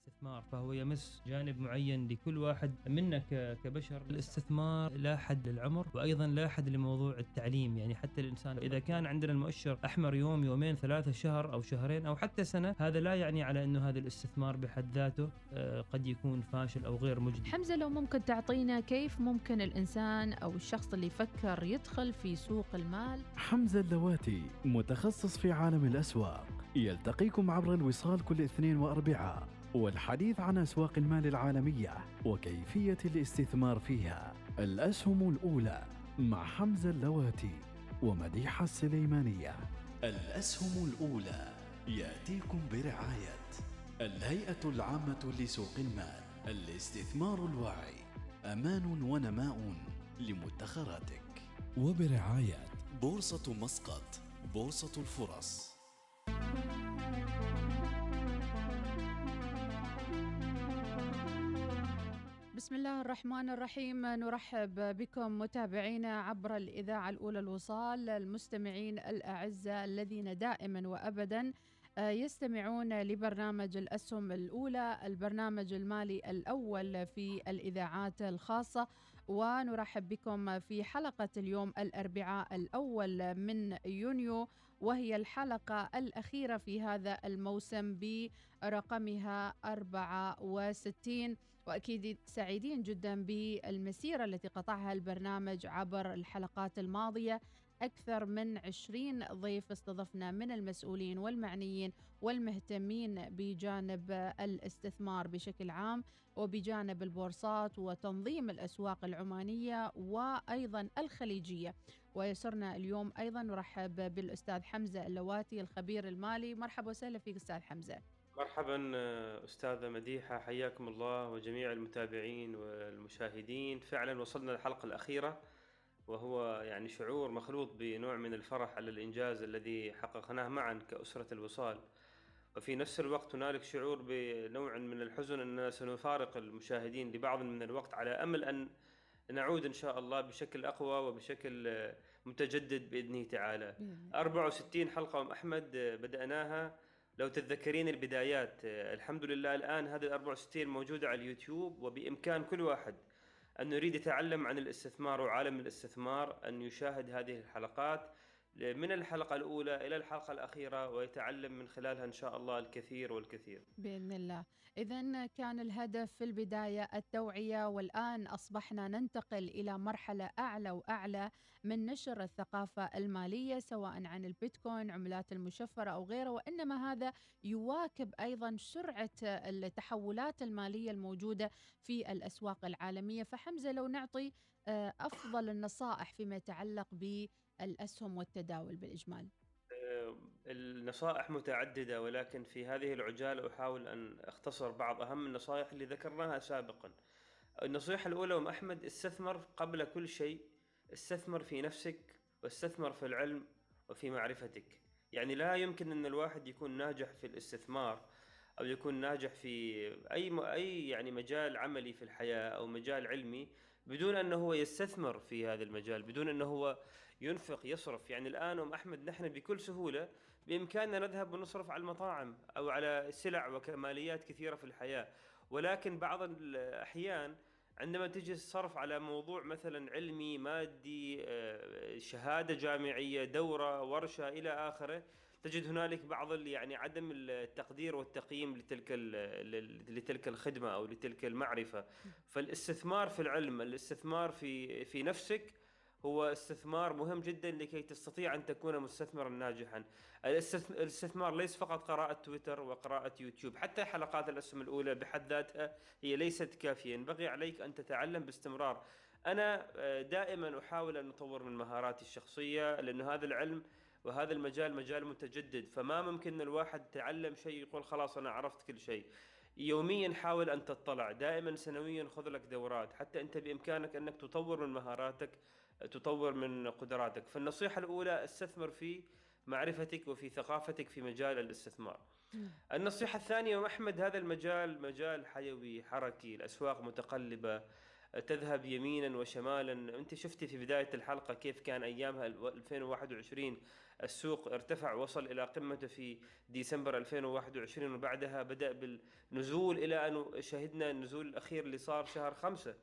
الاستثمار، فهو يمس جانب معين لكل واحد منا كبشر. الاستثمار لا حد للعمر، وأيضا لا حد لموضوع التعليم. يعني حتى الإنسان إذا كان عندنا المؤشر أحمر يوم يومين ثلاثة شهر أو شهرين أو حتى سنة، هذا لا يعني على أنه هذا الاستثمار بحد ذاته قد يكون فاشل أو غير مجدي. حمزة، لو ممكن تعطينا كيف ممكن الإنسان أو الشخص اللي يفكر يدخل في سوق المال؟ حمزة اللواتي متخصص في عالم الأسواق، يلتقيكم عبر الوصال كل اثنين وأربعاء، والحديث عن أسواق المال العالمية وكيفية الاستثمار فيها. الأسهم الأولى مع حمزة اللواتي ومديحة السليمانية. الأسهم الأولى يأتيكم برعاية الهيئة العامة لسوق المال. الاستثمار الواعي أمان ونماء لمدخراتك. وبرعاية بورصة مسقط، بورصة الفرص. بسم الله الرحمن الرحيم. نرحب بكم متابعينا عبر الإذاعة الأولى الوصال، المستمعين الأعزاء الذين دائما وأبدا يستمعون لبرنامج الأسهم الأولى، البرنامج المالي الأول في الإذاعات الخاصة. ونرحب بكم في حلقة اليوم الأربعاء الأول من يونيو، وهي الحلقة الأخيرة في هذا الموسم برقمها 64. وأكيد سعيدين جدا بالمسيرة التي قطعها البرنامج عبر الحلقات الماضية. أكثر من 20 ضيف استضفنا من المسؤولين والمعنيين والمهتمين بجانب الاستثمار بشكل عام، وبجانب البورصات وتنظيم الأسواق العمانية وأيضا الخليجية. ويسرنا اليوم أيضا نرحب بالأستاذ حمزة اللواتي الخبير المالي. مرحبا وسهلا فيك أستاذ حمزة. مرحبا أستاذة مديحة، حياكم الله وجميع المتابعين والمشاهدين. فعلا وصلنا للحلقة الأخيرة، وهو يعني شعور مخلوط بنوع من الفرح على الإنجاز الذي حققناه معا كأسرة الوصال، وفي نفس الوقت هنالك شعور بنوع من الحزن أننا سنفارق المشاهدين لبعض من الوقت، على أمل أن نعود إن شاء الله بشكل أقوى وبشكل متجدد بإذنه تعالى. 64 حلقة أم أحمد بدأناها، لو تتذكرين البدايات. الحمد لله الآن هذه 64 موجودة على اليوتيوب، وبإمكان كل واحد أن يريد يتعلم عن الاستثمار وعالم الاستثمار أن يشاهد هذه الحلقات من الحلقة الأولى إلى الحلقة الأخيرة، ويتعلم من خلالها إن شاء الله الكثير والكثير بإذن الله. إذن كان الهدف في البداية التوعية، والآن أصبحنا ننتقل إلى مرحلة أعلى وأعلى من نشر الثقافة المالية، سواء عن البيتكوين، عملات المشفرة أو غيره، وإنما هذا يواكب أيضا سرعة التحولات المالية الموجودة في الأسواق العالمية. فحمزة، لو نعطي أفضل النصائح فيما يتعلق بالأسهم والتداول بالإجمال. النصائح متعددة، ولكن في هذه العجالة أحاول أن أختصر بعض أهم النصائح اللي ذكرناها سابقا. النصيحة الأولى أم أحمد: استثمر قبل كل شيء، استثمر في نفسك واستثمر في العلم وفي معرفتك. يعني لا يمكن أن الواحد يكون ناجح في الاستثمار أو يكون ناجح في أي يعني مجال عملي في الحياة أو مجال علمي بدون أنه هو يستثمر في هذا المجال، بدون أنه هو ينفق يصرف. يعني الآن أم أحمد نحن بكل سهولة بإمكاننا نذهب ونصرف على المطاعم أو على سلع وكماليات كثيرة في الحياة، ولكن بعض الأحيان عندما تجي الصرف على موضوع مثلا علمي مادي، شهادة جامعية، دورة، ورشة إلى آخره، تجد هنالك بعض يعني عدم التقدير والتقييم لتلك الخدمة أو لتلك المعرفة. فالاستثمار في العلم، الاستثمار في نفسك هو استثمار مهم جدا لكي تستطيع أن تكون مستثمرا ناجحا. الاستثمار ليس فقط قراءة تويتر وقراءة يوتيوب، حتى حلقات الأسهم الأولى بحد ذاتها هي ليست كافية، ينبغي عليك أن تتعلم باستمرار. أنا دائما أحاول أن أطور من مهاراتي الشخصية، لأن هذا العلم وهذا المجال مجال متجدد، فما ممكن الواحد يتعلم شيء يقول خلاص أنا عرفت كل شيء. يوميا حاول أن تطلع، دائما سنويا خذ لك دورات، حتى أنت بإمكانك أنك تطور من مهاراتك، تطور من قدراتك. فالنصيحة الأولى: استثمر في معرفتك وفي ثقافتك في مجال الاستثمار. النصيحة الثانية أحمد: هذا المجال مجال حيوي حركي، الأسواق متقلبة، تذهب يمينا وشمالا. أنت شفتي في بداية الحلقة كيف كان أيامها 2021 السوق ارتفع، وصل إلى قمته في ديسمبر 2021، وبعدها بدأ بالنزول إلى أن شهدنا النزول الأخير اللي صار شهر 5.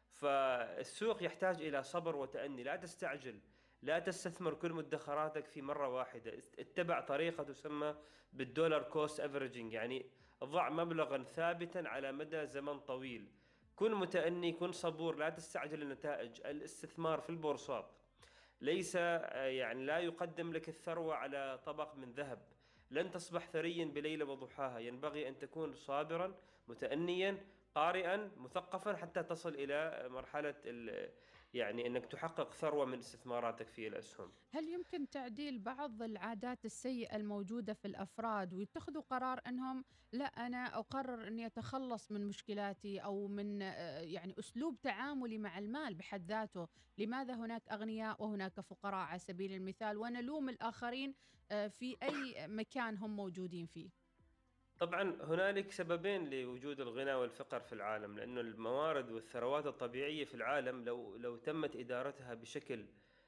فالسوق يحتاج إلى صبر وتأني، لا تستعجل، لا تستثمر كل مدخراتك في مرة واحدة. اتبع طريقة تسمى بالدولار كوست افريجينج، يعني ضع مبلغا ثابتا على مدى زمن طويل. كن متأني، كن صبور، لا تستعجل النتائج. الاستثمار في البورصات ليس يعني لا يقدم لك الثروة على طبق من ذهب. لن تصبح ثريا بليلة وضحاها. ينبغي أن تكون صابرا، متأنيا، قارئا، مثقفا، حتى تصل إلى مرحلة يعني أنك تحقق ثروة من استثماراتك في الأسهم. هل يمكن تعديل بعض العادات السيئة الموجودة في الأفراد ويتخذوا قرار أنهم لا، أنا أقرر أني أتخلص من مشكلاتي أو من يعني أسلوب تعاملي مع المال بحد ذاته؟ لماذا هناك أغنياء وهناك فقراء على سبيل المثال، ونلوم الآخرين في أي مكان هم موجودين فيه؟ طبعا هنالك سببين لوجود الغنى والفقر في العالم، لأنه الموارد والثروات الطبيعية في العالم لو تمت إدارتها بشكل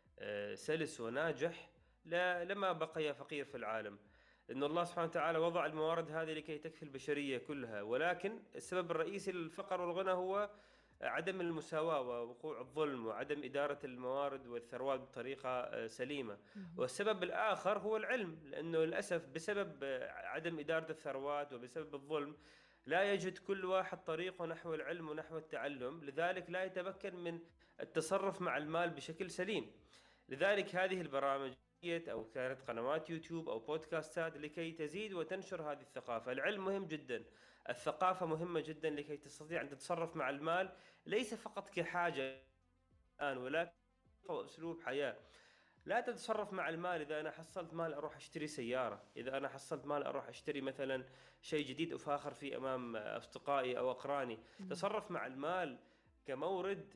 سلس وناجح لما بقي فقير في العالم. لأن الله سبحانه وتعالى وضع الموارد هذه لكي تكفي البشرية كلها، ولكن السبب الرئيسي للفقر والغنى هو عدم المساواة ووقوع الظلم وعدم إدارة الموارد والثروات بطريقة سليمة. والسبب الآخر هو العلم، لأنه للأسف بسبب عدم إدارة الثروات وبسبب الظلم لا يجد كل واحد طريقه نحو العلم ونحو التعلم، لذلك لا يتمكن من التصرف مع المال بشكل سليم. لذلك هذه البرامج أو كانت قنوات يوتيوب أو بودكاستات لكي تزيد وتنشر هذه الثقافة. العلم مهم جدا، الثقافة مهمة جدا لكي تستطيع أن تتصرف مع المال ليس فقط كحاجة الآن، ولكن أسلوب حياة. لا تتصرف مع المال إذا أنا حصلت مال أروح أشتري سيارة، إذا أنا حصلت مال أروح أشتري مثلا شيء جديد أفاخر فيه أمام أصدقائي أو أقراني. تصرف مع المال كمورد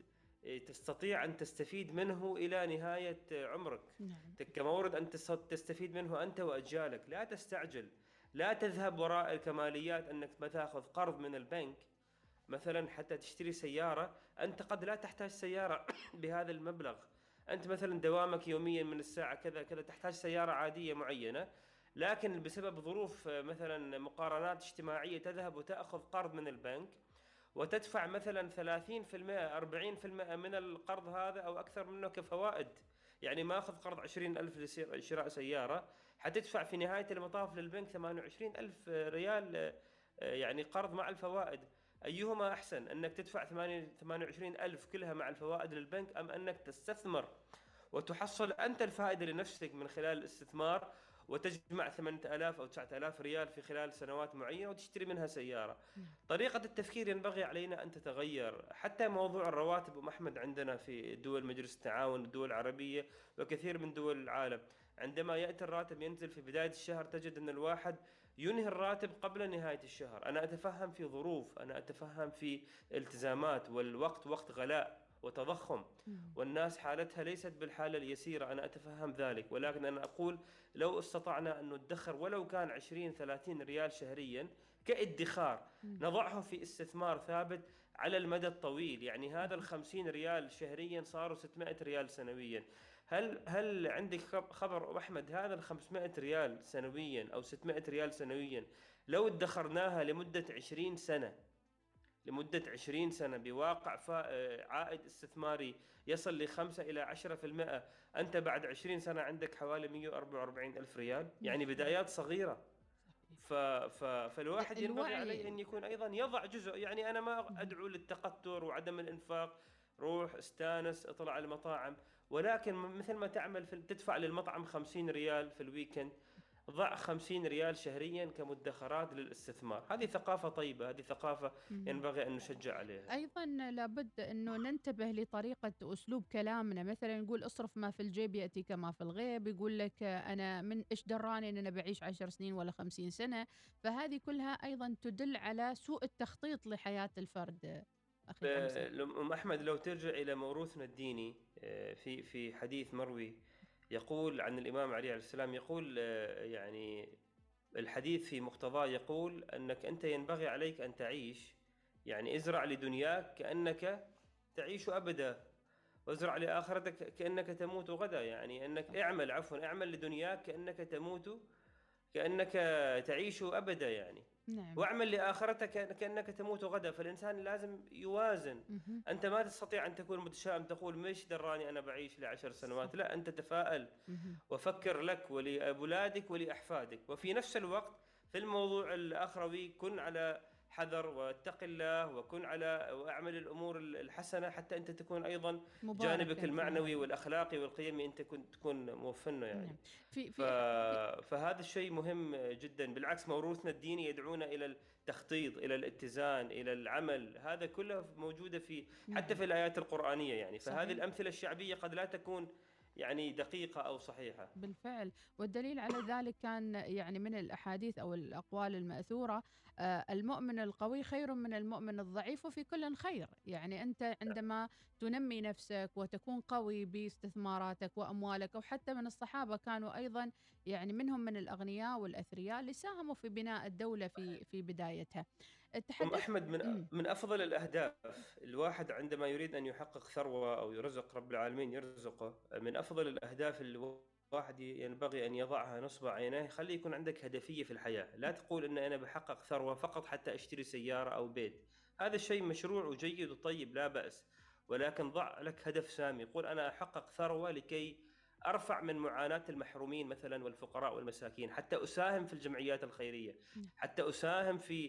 تستطيع أن تستفيد منه إلى نهاية عمرك. كمورد أن تستفيد منه أنت وأجيالك. لا تستعجل، لا تذهب وراء الكماليات، أنك ما تأخذ قرض من البنك مثلا حتى تشتري سيارة. أنت قد لا تحتاج سيارة بهذا المبلغ. أنت مثلا دوامك يوميا من الساعة كذا كذا تحتاج سيارة عادية معينة، لكن بسبب ظروف مثلا مقارنات اجتماعية تذهب وتأخذ قرض من البنك وتدفع مثلا 30% 40% من القرض هذا أو أكثر منه كفوائد. يعني ما أخذ قرض 20,000 لشراء سيارة، حتدفع في نهاية المطاف للبنك 28,000 ريال يعني قرض مع الفوائد. أيهما أحسن، أنك تدفع 28,000 كلها مع الفوائد للبنك، أم أنك تستثمر وتحصل أنت الفائدة لنفسك من خلال الاستثمار وتجمع 8,000 أو 9,000 ريال في خلال سنوات معينة وتشتري منها سيارة؟ طريقة التفكير ينبغي علينا أن تتغير. حتى موضوع الرواتب أم أحمد عندنا في دول مجلس التعاون، الدول العربية وكثير من دول العالم، عندما يأتي الراتب ينزل في بداية الشهر تجد أن الواحد ينهي الراتب قبل نهاية الشهر. أنا أتفهم في ظروف، أنا أتفهم في التزامات، والوقت وقت غلاء وتضخم، والناس حالتها ليست بالحالة اليسيرة، أنا أتفهم ذلك. ولكن أنا أقول لو استطعنا أن ندخر ولو كان 20-30 ريال شهريا كادخار، نضعه في استثمار ثابت على المدى الطويل، يعني هذا 50 ريال شهريا صاروا 600 ريال سنويا. هل عندك خبر أحمد هذا 500 ريال سنويا أو 600 ريال سنويا لو ادخرناها لمدة 20 سنة، لمدة 20 سنة بواقع عائد استثماري يصل ل5 إلى 10%، أنت بعد 20 سنة عندك حوالي 144 ألف ريال، يعني بدايات صغيرة. فالواحد ينبغي عليه أن يكون أيضا يضع جزء. يعني أنا ما أدعو للتقتر وعدم الإنفاق، روح استانس اطلع على المطاعم، ولكن مثل ما تعمل تدفع للمطعم 50 ريال في الويكند، ضع 50 ريال شهريا كمدخرات للاستثمار. هذه ثقافة طيبة، هذه ثقافة ينبغي أن نشجع عليها. أيضا لابد أنه ننتبه لطريقة أسلوب كلامنا. مثلا نقول اصرف ما في الجيب يأتيك ما في الغيب، يقول لك أنا من إيش دراني أن أنا بعيش 10 سنين ولا 50 سنة. فهذه كلها أيضا تدل على سوء التخطيط لحياة الفرد. أم أحمد لو ترجع إلى موروثنا الديني في حديث مروي يقول عن الإمام علي عليه السلام، يقول يعني الحديث في مقتضاه يقول أنك أنت ينبغي عليك أن تعيش، يعني ازرع لدنياك كأنك تعيش أبدا وازرع لآخرتك كأنك تموت غدا، يعني أنك اعمل لدنياك كأنك تموت، كأنك تعيش أبدا يعني. نعم. واعمل لآخرتك كأنك تموت غدا. فالإنسان لازم يوازن. مهم. أنت ما تستطيع أن تكون متشائم تقول مش دراني أنا بعيش ل10 سنوات، صح. لا، أنت تفائل مهم. وفكر لك ولأولادك ولأحفادك. وفي نفس الوقت في الموضوع الأخروي كن على حذر واتق الله، واعمل الأمور الحسنة حتى أنت تكون أيضا جانبك مباركا في المعنوي هذا. والأخلاقي والقيمي أنت تكون موفنه نعم. يعني. في ف... في في فهذا الشيء مهم جدا. بالعكس موروثنا الديني يدعونا إلى التخطيط، إلى الاتزان، إلى العمل. هذا كله موجودة حتى نعم. في الآيات القرآنية يعني. فهذه صحيح. الأمثلة الشعبية قد لا تكون يعني دقيقة أو صحيحة. بالفعل. والدليل على ذلك كان يعني من الأحاديث أو الأقوال المأثورة، المؤمن القوي خير من المؤمن الضعيف وفي كل خير. يعني أنت عندما تنمي نفسك وتكون قوي باستثماراتك وأموالك، أو حتى من الصحابة كانوا أيضا يعني منهم من الأغنياء والأثرياء اللي ساهموا في بناء الدولة في بدايتها. التحدث. أحمد، مم. من أفضل الأهداف الواحد عندما يريد أن يحقق ثروة أو يرزق رب العالمين يرزقه، من أفضل الأهداف اللي الواحد ينبغي أن يضعها نصب عينيه، خلي يكون عندك هدفية في الحياة. لا تقول أن أنا بحقق ثروة فقط حتى أشتري سيارة أو بيت. هذا الشيء مشروع وجيد وطيب لا بأس، ولكن ضع لك هدف سامي. قول أنا أحقق ثروة لكي أرفع من معاناة المحرومين مثلا والفقراء والمساكين، حتى أساهم في الجمعيات الخيرية، حتى أساهم في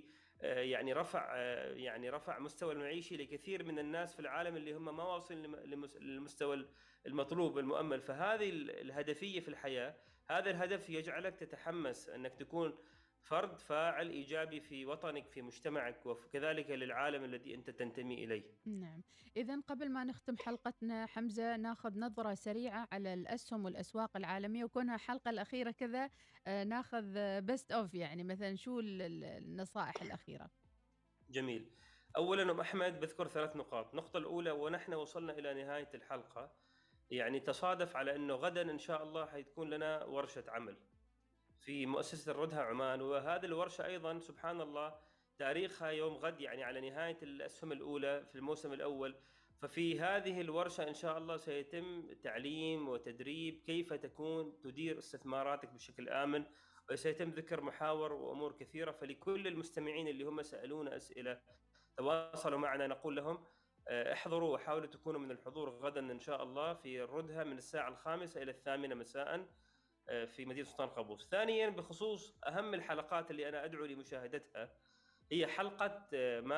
يعني رفع مستوى المعيشي لكثير من الناس في العالم اللي هم ما واصلين للمستوى المطلوب المؤمل. فهذه الهدفية في الحياة، هذا الهدف يجعلك تتحمس أنك تكون فرد فاعل إيجابي في وطنك، في مجتمعك، وكذلك للعالم الذي أنت تنتمي إليه. نعم. إذا قبل ما نختم حلقتنا حمزة، ناخذ نظرة سريعة على الأسهم والأسواق العالمية، وكونها الحلقة الأخيرة كذا ناخذ بيست أوف، يعني مثلا شو النصائح الأخيرة؟ جميل. أولا أم أحمد بذكر 3 نقاط. النقطة الأولى، ونحن وصلنا إلى نهاية الحلقة، يعني تصادف على أنه غدا إن شاء الله حيكون لنا ورشة عمل في مؤسسة الردهة عمان، وهذه الورشة أيضا سبحان الله تاريخها يوم غد، يعني على نهاية الأسهم الأولى في الموسم الأول. ففي هذه الورشة إن شاء الله سيتم تعليم وتدريب كيف تدير استثماراتك بشكل آمن، وسيتم ذكر محاور وأمور كثيرة. فلكل المستمعين اللي هم سألونا أسئلة تواصلوا معنا، نقول لهم احضروا وحاولوا تكونوا من الحضور غدا إن شاء الله في الردهة من الساعة 5 إلى 8 مساء في مدينة سلطان قابوس. ثانيا، بخصوص أهم الحلقات اللي أنا أدعو لمشاهدتها، هي حلقة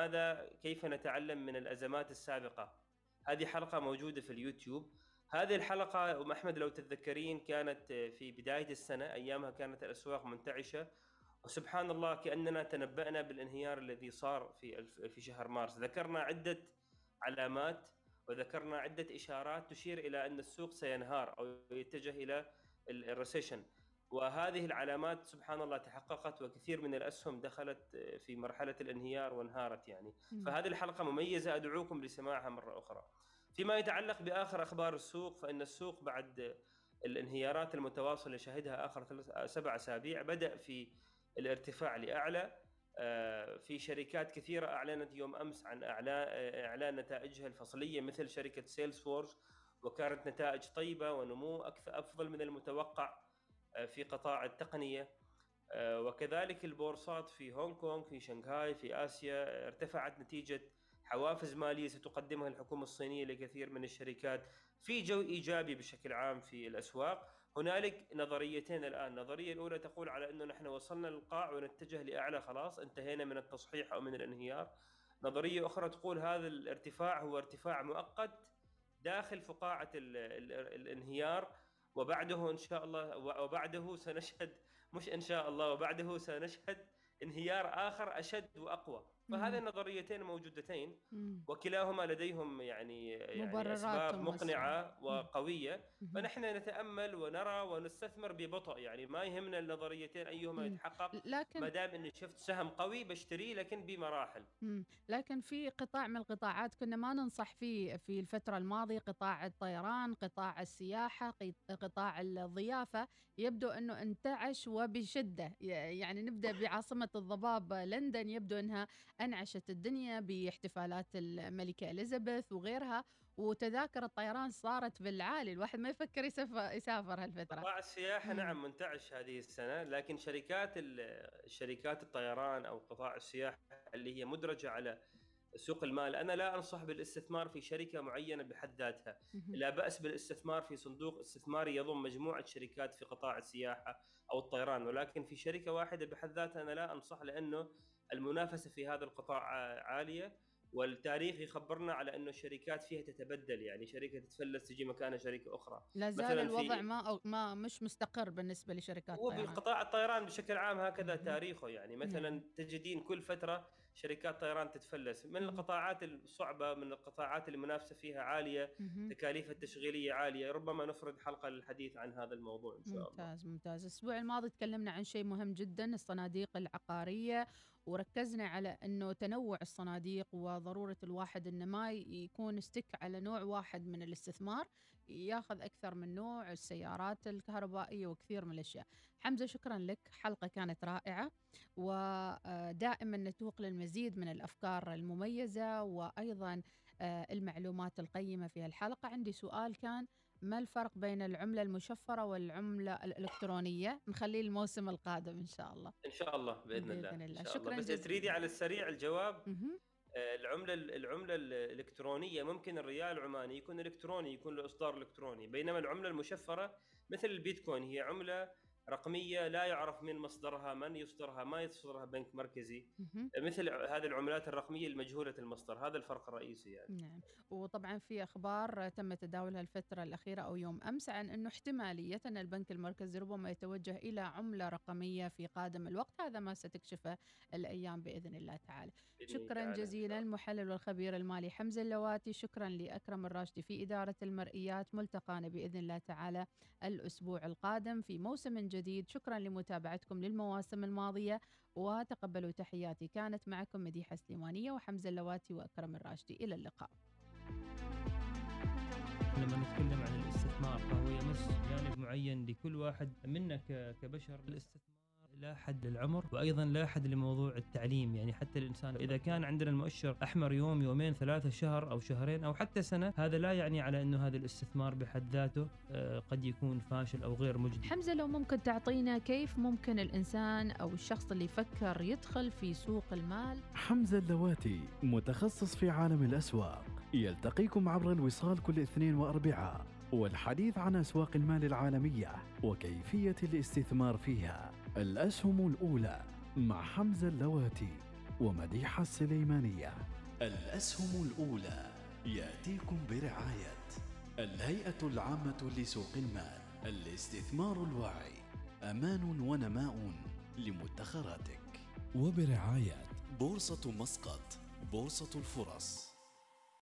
كيف نتعلم من الأزمات السابقة. هذه حلقة موجودة في اليوتيوب. هذه الحلقة أم أحمد لو تتذكرين كانت في بداية السنة، أيامها كانت الأسواق منتعشة، وسبحان الله كأننا تنبأنا بالانهيار الذي صار في شهر مارس. ذكرنا عدة علامات وذكرنا عدة إشارات تشير إلى أن السوق سينهار أو يتجه إلى الريسيشن، وهذه العلامات سبحان الله تحققت، وكثير من الأسهم دخلت في مرحلة الانهيار وانهارت يعني. فهذه الحلقة مميزة، أدعوكم لسماعها مرة أخرى. فيما يتعلق بآخر أخبار السوق، فإن السوق بعد الانهيارات المتواصلة اللي شهدها آخر 7 أسابيع بدأ في الارتفاع لأعلى. في شركات كثيرة أعلنت يوم أمس عن إعلان نتائجها الفصلية مثل شركة سيلز فورس، وكانت نتائج طيبة ونمو أفضل من المتوقع في قطاع التقنية. وكذلك البورصات في هونغ كونغ، في شنغهاي، في آسيا ارتفعت نتيجة حوافز مالية ستقدمها الحكومة الصينية لكثير من الشركات، في جو إيجابي بشكل عام في الأسواق. هنالك نظريتين الآن. النظرية الأولى تقول على أنه نحن وصلنا للقاع ونتجه لأعلى، خلاص انتهينا من التصحيح أو من الانهيار. نظرية أخرى تقول هذا الارتفاع هو ارتفاع مؤقت داخل فقاعة الانهيار، وبعده إن شاء الله وبعده سنشهد مش إن شاء الله وبعده سنشهد انهيار آخر أشد وأقوى. فهذه النظريتين موجودتين، وكلاهما لديهم يعني أسباب مقنعة وقوية. فنحن نتأمل ونرى ونستثمر ببطء، يعني ما يهمنا النظريتين أيهما يتحقق، ما دام إني شفت سهم قوي بشتريه، لكن بمراحل. لكن في قطاع من القطاعات كنا ما ننصح فيه في الفترة الماضية، قطاع الطيران، قطاع السياحة، قطاع الضيافة، يبدو أنه انتعش وبشدة. يعني نبدأ بعاصمة عاصمة الضباب لندن يبدو أنها أنعشت الدنيا باحتفالات الملكة إليزابيث وغيرها، وتذاكر الطيران صارت بالعالي، الواحد ما يفكر يسافر هالفترة. قطاع السياحة مم. نعم منتعش هذه السنة، لكن شركات الطيران أو قطاع السياحة اللي هي مدرجة على سوق المال، أنا لا أنصح بالاستثمار في شركة معينة بحد ذاتها. مهم. لا بأس بالاستثمار في صندوق استثماري يضم مجموعة شركات في قطاع السياحة أو الطيران، ولكن في شركة واحدة بحد ذاتها أنا لا أنصح، لأنه المنافسة في هذا القطاع عالية، والتاريخ يخبرنا على أنه الشركات فيها تتبدل، يعني شركة تتفلس تجي مكانها شركة أخرى. لا زال مثلا الوضع في ما مش مستقر بالنسبة لشركات الطيران. وبقطاع الطيران بشكل عام هكذا مهم. تاريخه، يعني مثلا نعم. تجدين كل فترة شركات طيران تتفلس. من مهم. القطاعات الصعبة، من القطاعات اللي المنافسة فيها عالية، مهم. تكاليف التشغيلية عالية. ربما نفرد حلقة للحديث عن هذا الموضوع إن شاء الله. ممتاز ممتاز. الأسبوع الماضي تكلمنا عن شيء مهم جدا، الصناديق العقارية، وركزنا على أنه تنوع الصناديق وضرورة الواحد أنه ما يكون ستيك على نوع واحد من الاستثمار، ياخذ أكثر من نوع، السيارات الكهربائية وكثير من الأشياء. حمزة شكرا لك، حلقة كانت رائعة، ودائما نتوق للمزيد من الأفكار المميزة وأيضا المعلومات القيمة في الحلقة. عندي سؤال كان: ما الفرق بين العملة المشفرة والعملة الإلكترونية؟ نخليه الموسم القادم إن شاء الله. إن شاء الله بإذن الله. بإذن الله. إن شاء الله. شكرا بس جزيلا. تريدي على السريع الجواب. مهم. العملة الإلكترونية ممكن الريال العماني يكون إلكتروني، يكون له إصدار إلكتروني، بينما العملة المشفرة مثل البيتكوين هي عملة رقمية لا يعرف من مصدرها، من يصدرها، ما يصدرها بنك مركزي، مهم. مثل هذه العملات الرقمية المجهولة المصدر. هذا الفرق الرئيسي يعني. نعم. وطبعا في أخبار تم تداولها الفترة الأخيرة أو يوم أمس عن أنه احتمالية أن البنك المركزي ربما يتوجه إلى عملة رقمية في قادم الوقت، هذا ما ستكشفه الأيام بإذن الله تعالى. شكرا جزيلا المحلل والخبير المالي حمزة اللواتي، شكرا لأكرم الراشدي في إدارة المرئيات. ملتقانا بإذن الله تعالى الأسبوع القادم في موسم جديد. شكرا لمتابعتكم للمواسم الماضية، وتقبلوا تحياتي. كانت معكم مديحة سليمانية وحمزة اللواتي وأكرم الراشدي. إلى اللقاء. لما نتكلم عن الاستثمار فهو يمس جانب معين لكل واحد منا كبشر. الاستثمار لا حد للعمر، وايضا لا حد لموضوع التعليم، يعني حتى الانسان اذا كان عندنا المؤشر احمر يوم يومين ثلاثة شهر او شهرين او حتى سنة، هذا لا يعني على انه هذا الاستثمار بحد ذاته قد يكون فاشل او غير مجدي. حمزة لو ممكن تعطينا كيف ممكن الانسان او الشخص اللي يفكر يدخل في سوق المال؟ حمزة اللواتي متخصص في عالم الأسواق، يلتقيكم عبر الوصال كل اثنين وأربعاء، والحديث عن أسواق المال العالمية وكيفية الاستثمار فيها. الأسهم الأولى مع حمزة اللواتي ومديحة السليمانية. الأسهم الأولى يأتيكم برعاية الهيئة العامة لسوق المال. الاستثمار الواعي أمان ونماء لمدخراتك. وبرعاية بورصة مسقط، بورصة الفرص.